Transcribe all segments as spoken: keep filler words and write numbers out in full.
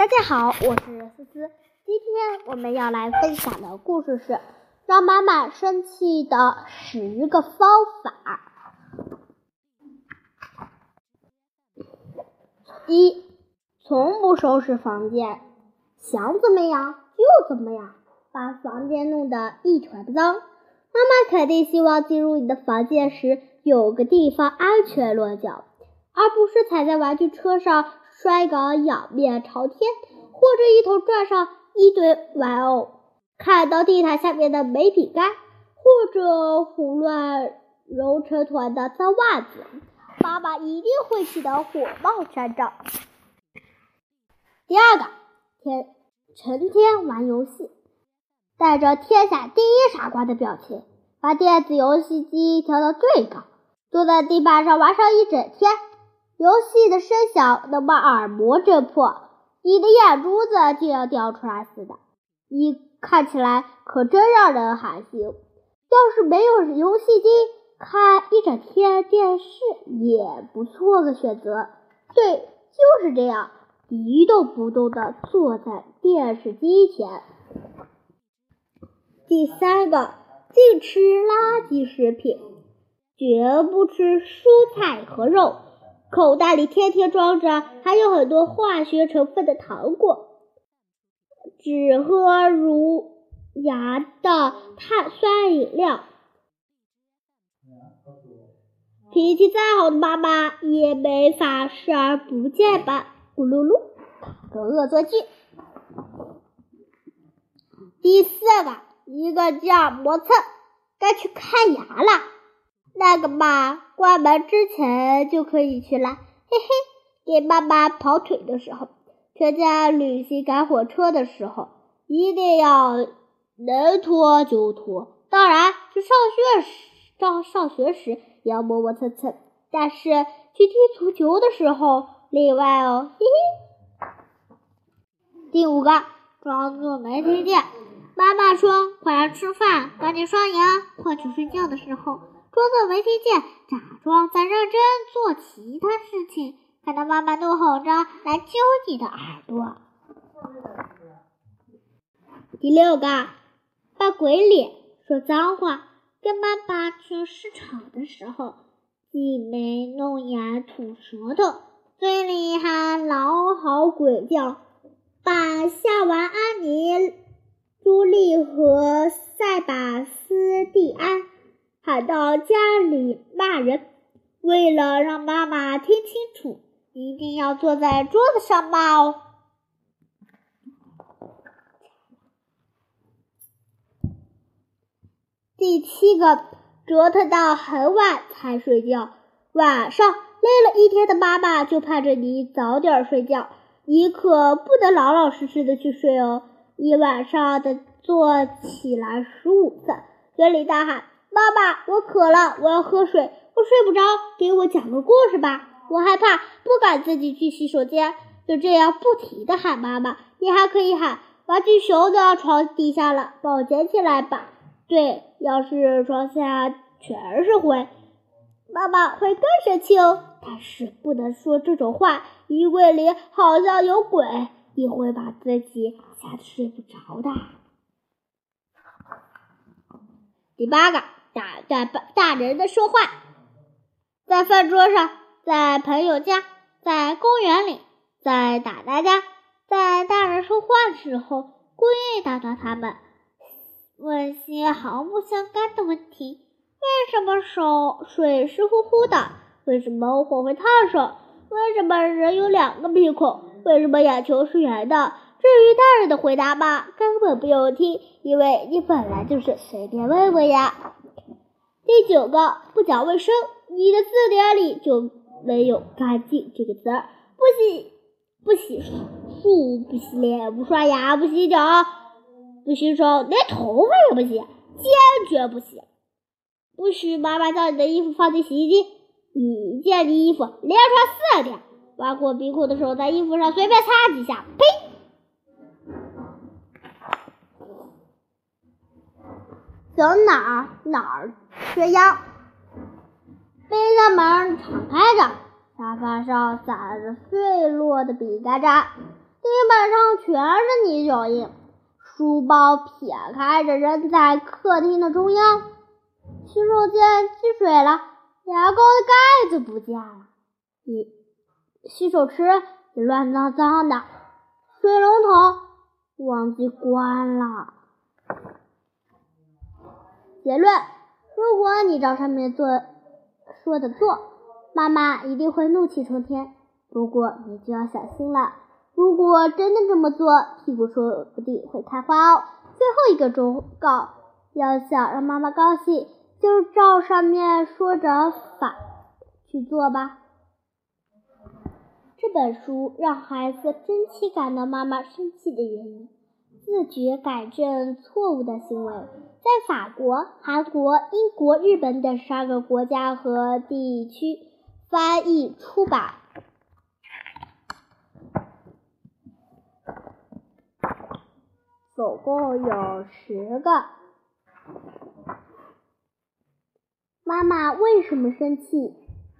大家好，我是思思。今天我们要来分享的故事是让妈妈生气的十个方法。一，从不收拾房间，想怎么样就怎么样，把房间弄得一团脏。妈妈肯定希望进入你的房间时有个地方安全落脚，而不是踩在玩具车上摔个仰面朝天，或者一头撞上一堆玩偶，看到地毯下面的没饼干，或者胡乱揉成团的脏袜子，妈妈一定会气得火冒三丈。第二个，天成天玩游戏，带着天下第一傻瓜的表情，把电子游戏机调到最高，坐在地板上玩上一整天。游戏的声响能把耳膜震破，你的眼珠子就要掉出来似的，你看起来可真让人寒心。要是没有游戏机，看一整天电视也不错的选择。对，就是这样，一动不动地坐在电视机前。第三个，禁吃垃圾食品，绝不吃蔬菜和肉，口袋里天天装着含有很多化学成分的糖果，只喝如牙的碳酸饮料。脾气再好的妈妈也没法视而不见吧，咕噜噜，搞个恶作剧。第四个，一个劲儿磨蹭，该去看牙了。那个嘛，关门之前就可以去了，嘿嘿。给爸爸跑腿的时候，全家旅行赶火车的时候，一定要能拖就拖。当然，去上学时，上上学时也要磨磨蹭蹭。但是去踢足球的时候例外哦，嘿嘿。第五个，装作没听见。妈妈说快来吃饭，赶紧刷牙，快去睡觉的时候，装作没听见，假装在认真做其他事情，看到妈妈怒吼着来揪你的耳朵。第六个，扮鬼脸，说脏话。跟妈妈去市场的时候，挤眉弄眼吐舌头，嘴里还老好鬼叫，把夏娃、安妮、朱莉和塞巴斯蒂安喊到家里骂人。为了让妈妈听清楚，一定要坐在桌子上骂哦。第七个，折腾到很晚才睡觉。晚上累了一天的妈妈就盼着你早点睡觉，你可不能老老实实的去睡哦。一晚上的坐起来十五次，嘴里大喊：妈妈，我渴了，我要喝水，我睡不着，给我讲个故事吧。我害怕，不敢自己去洗手间。就这样不停地喊妈妈。你还可以喊：玩具熊都要床底下了，帮我捡起来吧。对，要是床下全是灰，妈妈会更生气哦。但是不能说这种话，衣柜里好像有鬼，你会把自己吓得睡不着的。第八个，打断大人的说话，在饭桌上，在朋友家，在公园里，在大家家，在大人说话的时候，故意打断他们，问些毫不相干的问题。为什么手水湿乎乎的？为什么火会烫手？为什么人有两个鼻孔？为什么眼球是圆的？至于大人的回答嘛，根本不用听，因为你本来就是随便问问呀。第九个，不讲卫生，你的字典里就没有干净这个字儿。不洗不洗漱，不洗脸，不刷牙，不洗脚，不洗手，连头发也不洗，坚决不洗。不许妈妈将你的衣服放进洗衣机，一件衣服连穿四天，挖过鼻孔的时候在衣服上随便擦几下，呸！走哪儿哪儿缺氧。冰箱门敞开着，沙发上撒着碎落的饼干渣， 地板上全是泥脚印，书包撇开着扔在客厅的中央，洗手间积水了，牙膏的盖子不见了，洗洗手池也乱糟糟的，水龙头忘记关了。结论：如果你照上面做说的做，妈妈一定会怒气冲天。不过你就要小心了，如果真的这么做，屁股说不定会开花哦。最后一个忠告，要想让妈妈高兴，就照上面说着法去做吧。这本书让孩子真切感到妈妈生气的原因，自觉改正错误的行为。在法国、韩国、英国、日本等十二个国家和地区翻译出版。总共有十个。妈妈为什么生气？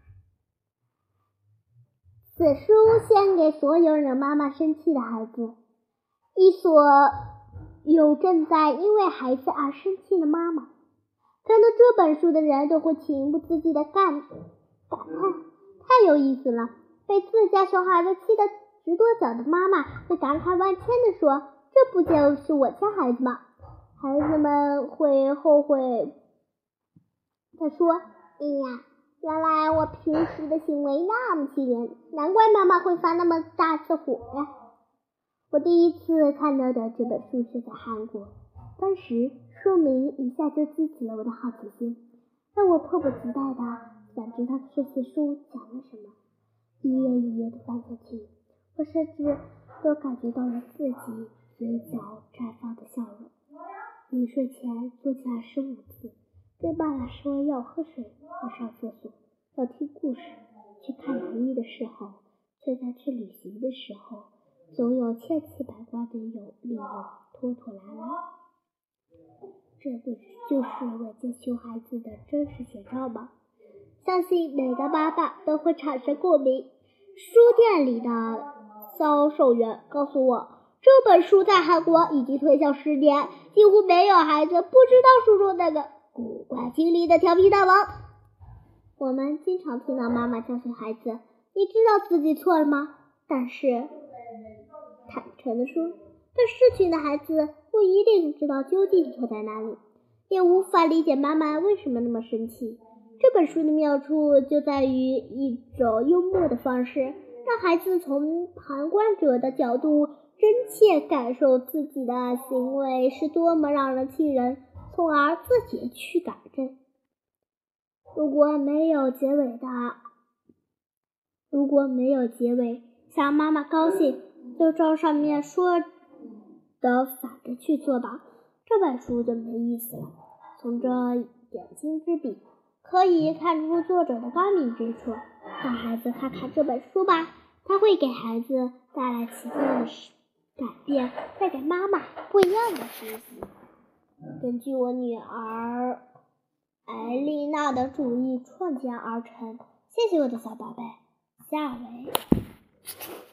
此书献给所有惹妈妈生气的孩子，一所有正在因为孩子而生气的妈妈。看到这本书的人都会情不自禁地感感叹，太有意思了。被自家熊孩子气得直跺脚的妈妈会感慨万千地说，这不就是我家孩子吗？孩子们会后悔地说，哎呀，原来我平时的行为那么气人，难怪妈妈会发那么大次火呀。我第一次看到的这本书是在韩国，当时书名一下就激起了我的好奇心，让我迫不及待的想知道这些书讲了什么。一页一页的翻下去，我甚至都感觉到了自己嘴角绽放的笑容。临睡前做起来十五次，跟爸爸说要喝水，要上厕所，要听故事。去看牙医的时候，却在去旅行的时候，总有千奇百怪的有理由拖拖拉拉。这不就是我家熊孩子的真实写照吗？相信每个爸爸都会产生共鸣。书店里的销售员告诉我，这本书在韩国已经推销十年，几乎没有孩子不知道书中那个古怪精灵的调皮大王。我们经常听到妈妈教训孩子，你知道自己错了吗？但是坦诚地说，被事情的孩子不一定知道究竟错在哪里，也无法理解妈妈为什么那么生气。这本书的妙处就在于一种幽默的方式，让孩子从旁观者的角度真切感受自己的行为是多么让人气人，从而自己去改正。如果没有结尾的，如果没有结尾，想让妈妈高兴，就照上面说的反着去做吧，这本书就没意思了。从这点睛之笔，可以看出作者的高明之处。让孩子看看这本书吧，它会给孩子带来奇妙的改变，带给妈妈不一样的惊喜。根据我女儿艾丽娜的主意创建而成，谢谢我的小宝贝，下回。